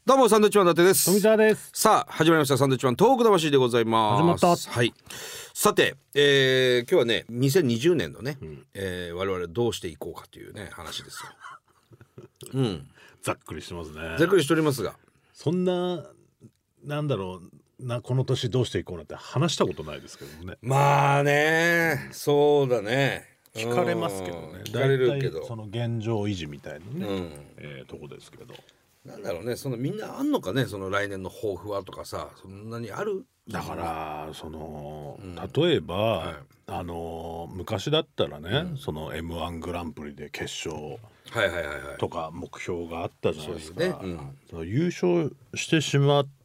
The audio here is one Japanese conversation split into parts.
どうもサンドウィッチマン伊達です。 富澤です。 さあ始まりましたサンドウィッチマントーク魂でございます。 始まった。 はい。さて、今日はね2020年のね、我々どうしていこうかというね話ですよ。 ざっくりしてますね。 ざっくりしておりますが、 そんななんだろうな、この年どうしていこうなんて話したことないですけどね。 まあね、そうだね。 聞かれますけどね。 聞かれるけど、 その現状維持みたいなね、とこですけど。 なんだろうね、そのみんなあんのかね、その来年の抱負はとかさ、そんなにある？ だからその、例えば、昔だったらね、その M1 グランプリで決勝とか目標があったじゃないですか。その優勝してしまって、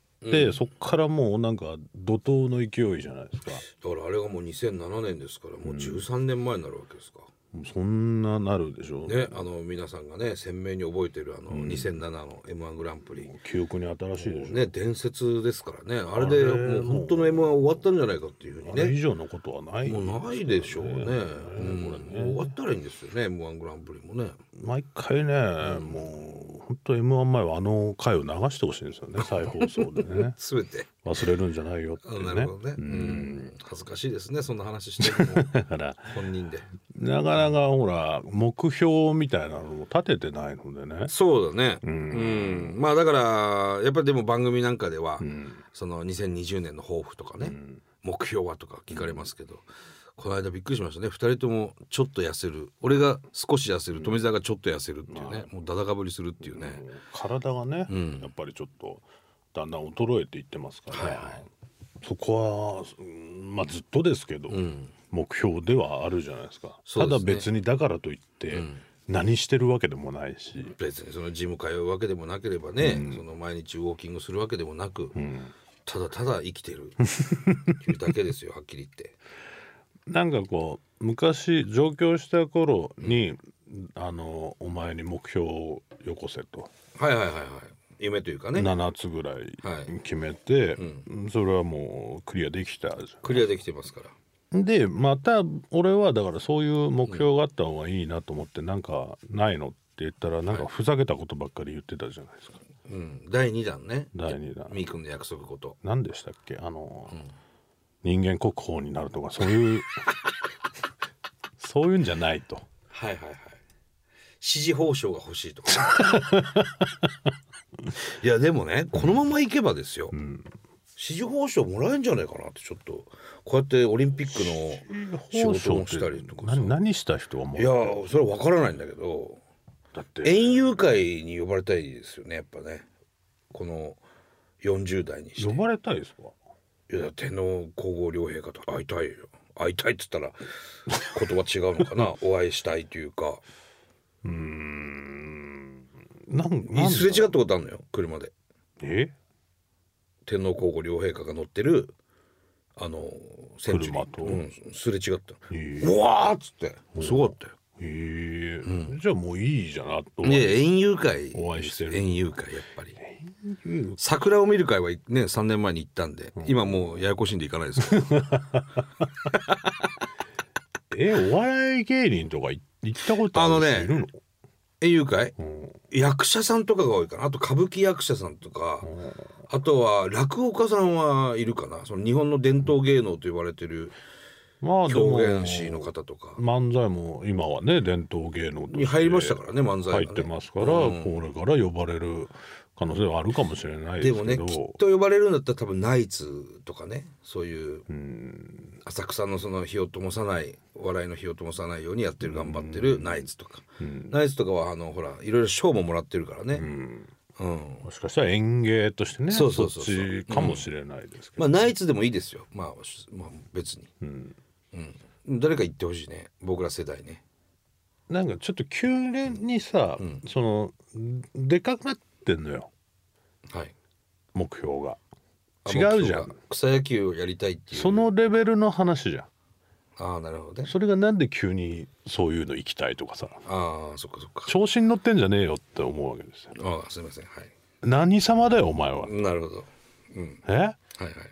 そっからもうなんか怒涛の勢いじゃないですか。 だからあれがもう2007年ですから、もう13年前になるわけですか。 そんななるでしょうね。皆さんがね鮮明に覚えてる2007の M1 グランプリ、 記憶に新しいでしょね、伝説ですからね。あれでもう本当の M1 終わったんじゃないかっていうふうにね。 あれ以上のことはない、 もうないでしょうね。もう終わったらいいんですよね M1 グランプリもね。 毎回ね、もう本当 M1 前はあの回を流してほしいんですよね、再放送でね。 全て忘れるんじゃないよってね。 なるほどね。恥ずかしいですね、そんな話してるのだから本人でなかなかほら目標みたいなのも立ててないのでね。 そうだね。まあだからやっぱりでも番組なんかでは、その2020年の抱負とかね、目標はとか聞かれますけど、この間びっくりしましたね。2人ともちょっと痩せる、俺が少し痩せる、富澤がちょっと痩せるっていうね、もうだだかぶりするっていうね。 体がね、やっぱりちょっとだんだん衰えていってますから、そこはまあずっとですけど、目標ではあるじゃないですか。ただ別にだからといって、何してるわけでもないし、 別にそのジム通うわけでもなければね、その毎日ウォーキングするわけでもなく、ただただ生きてるっていうだけですよはっきり言って。 なんかこう昔上京した頃に、お前に目標をよこせと、 夢というかね、 7つぐらい決めて、それはもうクリアできたじゃん。 クリアできてますから。 でまた俺はだからそういう目標があった方がいいなと思って、なんかないのって言ったらなんかふざけたことばっかり言ってたじゃないですか。 第2弾ね。 第2弾みーくんの約束事何でしたっけ、人間国宝になるとかそういうそういうんじゃないと。 支持報奨が欲しいとかいやでもね、このままいけばですよ、支持報奨もらえるんじゃないかなって、ちょっとこうやってオリンピックの仕事もしたりとかさ。 何した人はもう、 いやそれは分からないんだけど、 だって園遊会に呼ばれたいですよね、やっぱね。この40代にして呼ばれたいですか。 いや天皇皇后両陛下と会いたいよ。会いたいって言ったら言葉違うのかなお会いしたいというか、すれ違ったことあるのよ、車で。天皇皇后両陛下が乗ってるセンチュリーと、すれ違った。うわーっつってすごかったよ。 じゃあもういいじゃなと。 園遊会お会いしてる。 園遊会やっぱり桜を見る会はね3年前に行ったんで、今もうややこしいんで行かないですけどお笑い芸人とか行ったことある人いるの？ 園遊会、役者さんとかが多いかな。あと歌舞伎役者さんとか、あとは落語家さんはいるかな。その日本の伝統芸能と呼ばれてる表現師の方とか。 漫才も今はね伝統芸能としてに入りましたからね、漫才がね入ってますから、これから呼ばれる可能性はあるかもしれないですけど。 でもね、きっと呼ばれるんだったら多分ナイツとかね、そういう浅草のその火を灯さない笑いの火を灯さないようにやってる頑張ってるナイツとか、ナイツとかはほらいろいろ賞ももらってるからね。 もしかしたら演芸としてね、そっちかもしれないですけど、 ナイツでもいいですよ。まあ別に、誰か言ってほしいね、僕ら世代ね。 なんかちょっと急にさ、そのでかくなってんのよ、目標が違うじゃん。 草野球をやりたいっていうそのレベルの話じゃん。 なるほどね。 それがなんで急にそういうの行きたいとかさ、 そっか調子に乗ってんじゃねえよって思うわけですよ。 すいません。 何様だよお前は。 なるほど。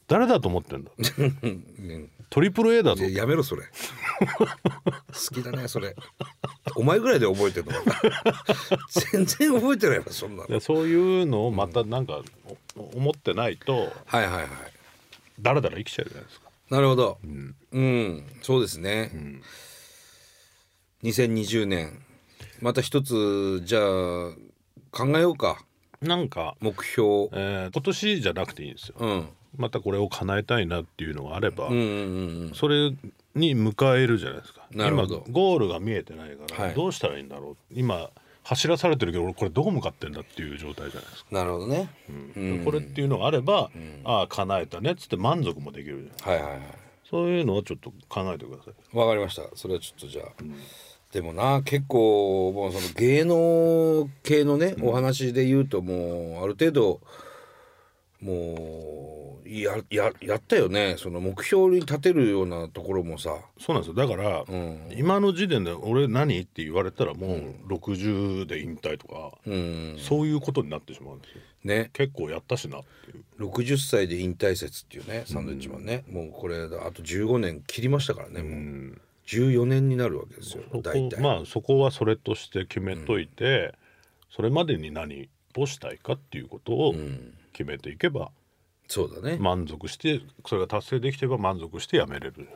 誰だと思ってんだトリプル A だぞ。 やめろそれ好きだねそれお前ぐらいで覚えてるの全然覚えてないわそんなの。 そういうのをまたなんか思ってないと、 はいはいはい、 だらだら生きちゃうじゃないですか。 なるほど、そうですね、2020年また一つじゃあ考えようか。 なんか目標、 今年じゃなくていいんですよ、またこれを叶えたいなっていうのがあれば、それに迎えるじゃないですか。 なるほど。 今ゴールが見えてないから、どうしたらいいんだろう。今走らされてるけど俺これどこ向かってんだっていう状態じゃないですか。 なるほどね、 これっていうのがあれば、ああ叶えたねっつって満足もできるじゃないですか。そういうのをちょっと考えてください。 わかりました。それはちょっとじゃあ、でもな結構もうその芸能系のね、お話で言うともうある程度もうやったよね。その目標に立てるようなところもさ。 そうなんですよ。だから、今の時点で俺何って言われたらもう60で引退とか、そういうことになってしまうんですよね。結構やったしなっていう。 60歳で引退説っていうね、サンドウィッチマンね、もうこれあと15年切りましたからね、もう14年になるわけですよ大体。 まあそこはそれとして決めといて、それまでに何をしたいかっていうことを決めていけば、 そうだね、 満足してそれが達成できてば満足してやめれる。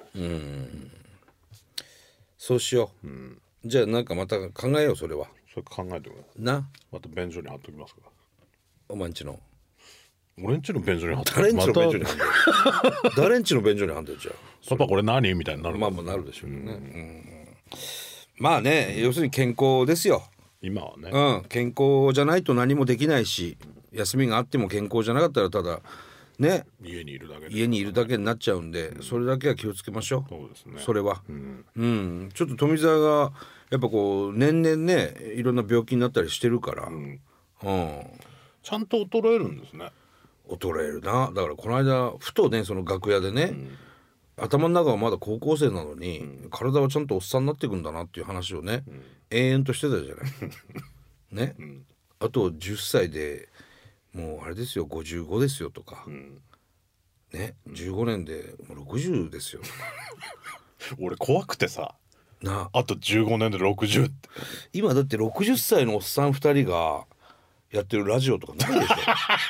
そうしよう、じゃあなんかまた考えよう。それはそれ考えてくださいな。 また便所に貼っときますから。 お前んちの俺んちの便所に貼って誰んちの便所に貼んでる誰んちの便所に貼んでるじゃん。 パパこれ何みたいになる。 まあなるでしょうね、まあね、要するに健康ですよ今はね、 健康じゃないと何もできないし、休みがあっても健康じゃなかったらただね家にいるだけになっちゃうんで、それだけは気をつけましょう。 そうですね。 それは、ちょっと富澤がやっぱこう年々ねいろんな病気になったりしてるから、 ちゃんと衰えるんですね。 衰えるな。だからこの間ふとねその楽屋でね、頭の中はまだ高校生なのに、体はちゃんとおっさんになっていくんだなっていう話をね、延々としてたじゃないね、あと10歳でもうあれですよ55ですよとか、ね、15年でもう60ですよとか俺怖くてさな。 あと15年で60って今だって60歳のおっさん2人がやってるラジオとかないでしょ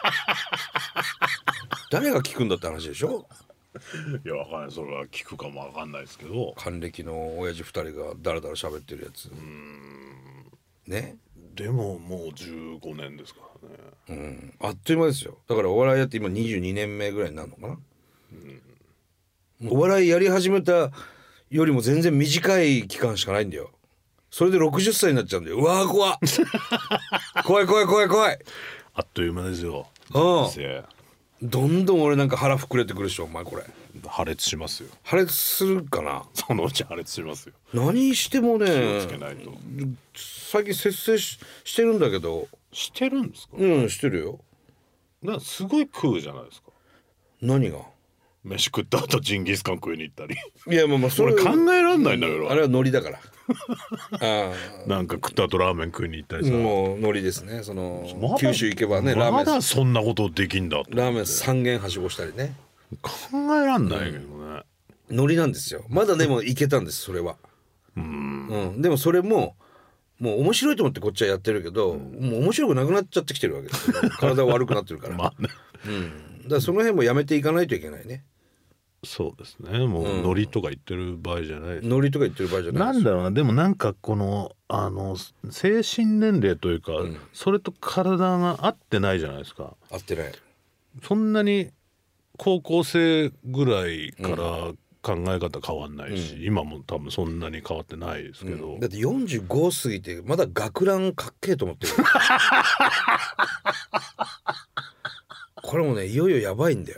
誰が聞くんだって話でしょ。 いやわかんない、それは聞くかもわかんないですけど、 還暦の親父2人がダラダラ喋ってるやつね。 でももう15年ですからね、 あっという間ですよ。だからお笑いやって今22年目ぐらいになるのかな、お笑いやり始めたよりも全然短い期間しかないんだよ。それで60歳になっちゃうんだよ。うわー怖っ怖い怖い怖い怖い。 あっという間ですよ。 どんどん俺なんか腹膨れてくるでしょ。お前これ破裂しますよ。 破裂するかな。 そのうち破裂しますよ。 何してもね、 気をつけないと。 最近節制してるんだけど。 してるんですか。 してるよ。 すごい食うじゃないですか。 何が。 飯食った後ジンギスカン食いに行ったり。 いやまあそれ考えらんないんだけど。 あれはノリだからなんか食った後ラーメン食いに行ったりさ。 もうノリですね。その九州行けばねラーメンまだそんなことできんだ。 ラーメン3軒はしごしたりね。 考えらんないけどね、 ノリなんですよ。まだでもいけたんですそれは。でもそれももう面白いと思ってこっちはやってるけど、もう面白くなくなっちゃってきてるわけですよ体悪くなってるからまあね、 だからその辺もやめていかないといけないね。 そうですね。もうノリとか言ってる場合じゃない。 ノリとか言ってる場合じゃない。 なんだろうな。でもなんかこの精神年齢というか、それと体が合ってないじゃないですか。 合ってない。 そんなに高校生ぐらいから考え方変わんないし、今も多分そんなに変わってないですけど、 だって45過ぎてまだ学ランかっけえと思ってるこれもねいよいよやばいんだよ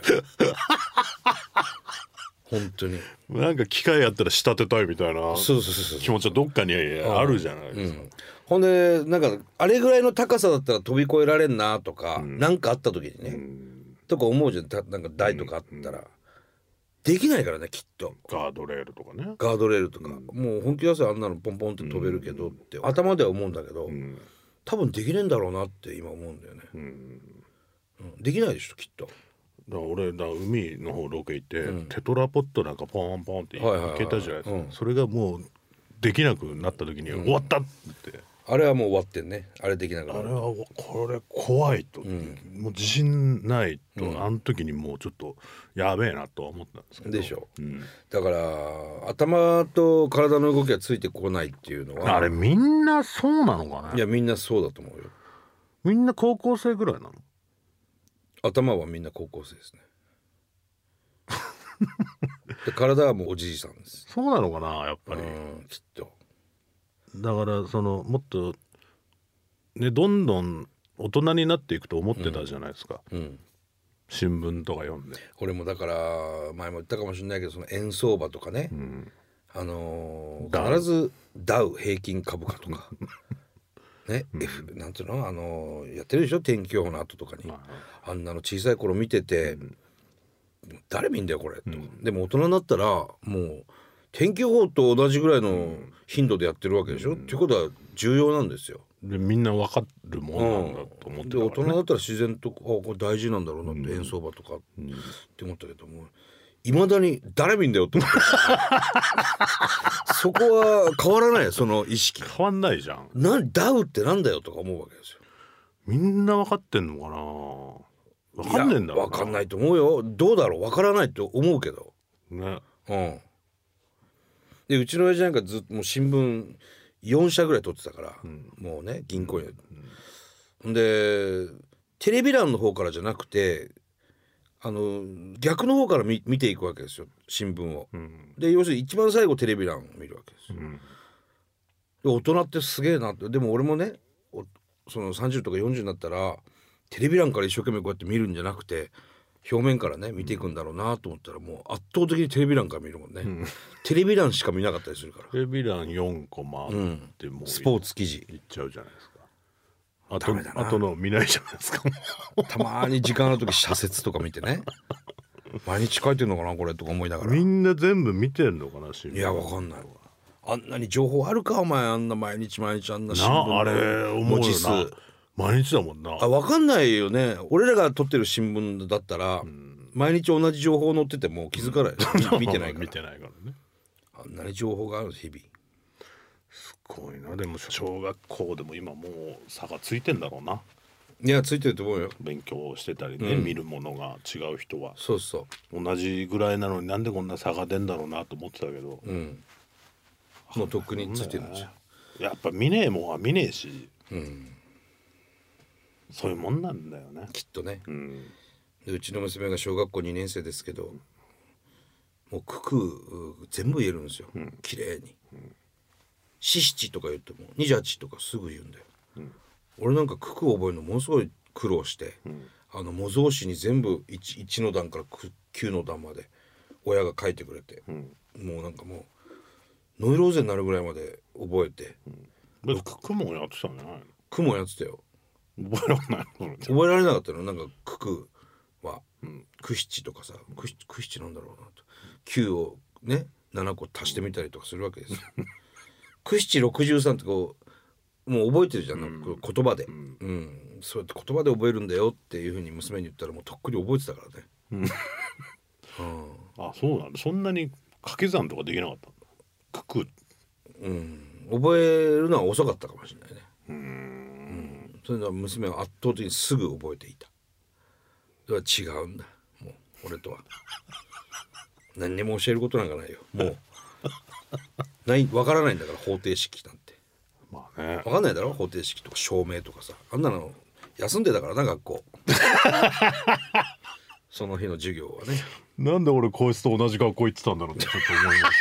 本当に。 なんか機会あったら仕立てたいみたいなそう気持ちはどっかにあるじゃないですか。 ほんでなんかあれぐらいの高さだったら飛び越えられんなとか、なんかあった時にね、とか思うじゃん。なんか台とかあったら、できないからねきっと。 ガードレールとかね。 ガードレールとか、もう本気出せあんなのポンポンって飛べるけどって、頭では思うんだけど、多分できねえんだろうなって今思うんだよね。できないでしょきっと。 俺海の方ロケ行って、テトラポットなんかポンポンっていけたじゃないですか、それがもうできなくなった時に終わったって、 あれはもう終わってんね。あれできながら。 あれはこれ怖いと、もう自信ないと、あの時にもうちょっとやべえなとは思ったんですけど。 でしょ、だから頭と体の動きがついてこないっていうのは、 あれみんなそうなのかな。 いやみんなそうだと思うよ。 みんな高校生ぐらいなの。 頭はみんな高校生ですね。で体はもうおじいさんです。 そうなのかな、やっぱり。 きっと。 だからもっとね、どんどん大人になっていくと思ってたじゃないですか、新聞とか読んで。 俺もだから前も言ったかもしれないけど、その円相場とかね、必ずダウ平均株価とかね、なんていうの、やってるでしょ、天気予報の後とかに、あんなの小さい頃見てて、誰見んだよこれと、でも大人になったらもう天気予報と同じぐらいの頻度でやってるわけでしょ、っていうことは重要なんですよ。 でみんな分かるもんなんだと思ってたからね。 で大人だったら自然とこれ大事なんだろうなって、円相場とかって思ったけども、いまだに誰見んだよって思ってそこは変わらないよ、その意識変わんないじゃん。 ダウってなんだよとか思うわけですよ。 みんな分かってんのかな。分かんねえんだろうな。 分かんないと思うよ。どうだろう、分からないと思うけどね。 でうちの親父なんかずっともう新聞4社ぐらい取ってたから、もうね銀行に、でテレビ欄の方からじゃなくて逆の方から見ていくわけですよ、新聞を、で要するに一番最後テレビ欄を見るわけですよ、で大人ってすげえなって。でも俺もねその30とか40になったらテレビ欄から一生懸命こうやって見るんじゃなくて、表面からね見ていくんだろうなと思ったら、もう圧倒的にテレビ欄から見るもんね、テレビ欄しか見なかったりするから。 テレビ欄4コマってもうスポーツ記事いっちゃうじゃないですか。あとの見ないじゃないですかたまに時間ある時社説とか見てね毎日書いてるのかなこれとか思いながら。 みんな全部見てんのかな、新聞。 いやわかんないわ。あんなに情報あるかお前、あんな毎日あんな新聞のあれ思うよな。毎日だもんな。 わかんないよね。俺らが撮ってる新聞だったら、毎日同じ情報載ってても気づかない、見てないから見てないからね。 あんなに情報がある日々。 すごいな。でも小学校でも今もう差がついてんだろうな。 いやついてると思うよ。 勉強してたりね、見るものが違う人は。 そうそう。 同じぐらいなのになんでこんな差が出んだろうなと思ってたけど、 もうとっくについてるんですよ。 やっぱ見ねえもんは見ねえし、そういうもんなんだよね、 きっとね。でうちの娘が小学校2年生ですけど、もう九九全部言えるんですよ、綺麗に。七七とか言っても28とかすぐ言うんだよ。俺なんか九九覚えるのものすごい苦労して、模造紙に全部 1の段から9の段まで親が書いてくれて、もうなんかもうノイローゼになるぐらいまで覚えて。 九もやってたんじゃないの。 九もやってたよ。 覚えられないの。 覚えられなかったの。なんか九九は九七とかさ、九七なんだろうなと、9をね7個足してみたりとかするわけですよ。九七63ってこうもう覚えてるじゃん、言葉で、そうやって言葉で覚えるんだよっていうふうに娘に言ったらもうとっくに覚えてたからね。 あ、そうなんだ。そんなに掛け算とかできなかったんだ。九九。 覚えるのは遅かったかもしれないね。それでは娘は圧倒的にすぐ覚えていた。それは違うんだ、もう俺とは。何にも教えることなんかないよ、もう。分からないんだから方程式なんて。 まあね、 分かんないだろ、方程式とか証明とかさ、あんなの休んでたからな学校。その日の授業はね。 なんで俺こいつと同じ学校行ってたんだろうってちょっと思いました。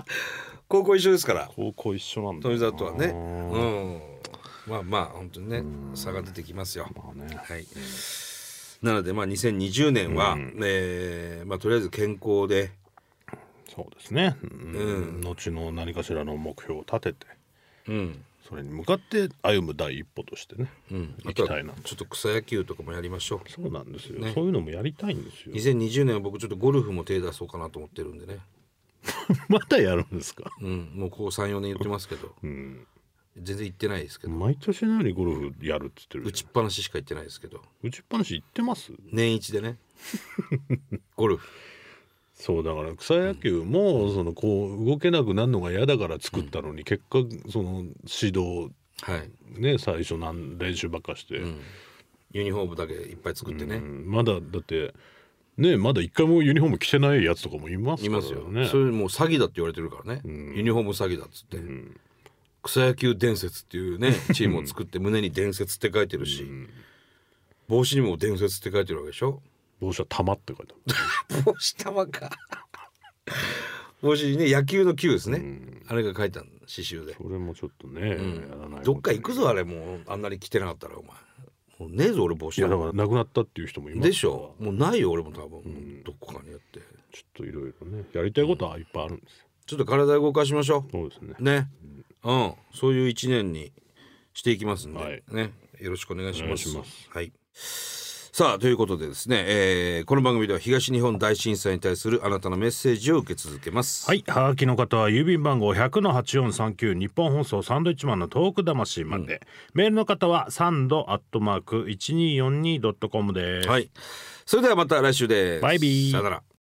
高校一緒ですから。 高校一緒なんだ。 富澤とはね。まあまあ本当にね差が出てきますよ。はい。なのでまあ2020年は、とりあえず健康で。 そうですね、後の何かしらの目標を立てて、それに向かって歩む第一歩としてね、行きたいな。 ちょっと草野球とかもやりましょう。 そうなんですよ、そういうのもやりたいんですよ。 2020年は僕ちょっとゴルフも手出そうかなと思ってるんでね。 またやるんですか。 もうここ 3,4 年言ってますけど、 全然行ってないですけど。 毎年のようにゴルフやるっつってる。 打ちっぱなししか行ってないですけど。 打ちっぱなし行ってます？ 年一でねゴルフ。 そうだから草野球も、そのこう動けなくなるのが嫌だから作ったのに、結果その指導、ね、最初練習ばっかして、 ユニフォームだけいっぱい作ってね、 まだだってね、まだ一回もユニフォーム着てないやつとかもいますからね。いますよ。 それもう詐欺だって言われてるからね、ユニフォーム詐欺だっつって、草野球伝説っていうねチームを作って胸に伝説って書いてるし、帽子にも伝説って書いてるわけでしょ。 帽子は玉って書いてある帽子玉か帽子にね、野球の球ですね、あれが書いた刺繍で。 それもちょっとね、やらない。 どっか行くぞあれ。もうあんなに着てなかったらお前もうねえぞ俺帽子。 いやだからなくなったっていう人もいますでしょ。もうないよ俺も多分、どこかにやって。 ちょっといろいろねやりたいことはいっぱいあるんですよ。 ちょっと体動かしましょう。 そうですね。 ね、そういう一年にしていきますんで、ね、よろしくお願いします。はい。さあということでですね、この番組では東日本大震災に対するあなたのメッセージを受け続けます。 はい。はがきの方は郵便番号 100-8439 日本放送サンドイッチマンのトーク魂まで、メールの方はsando@1242.com です。 はい。それではまた来週です。 バイビー。 さよなら。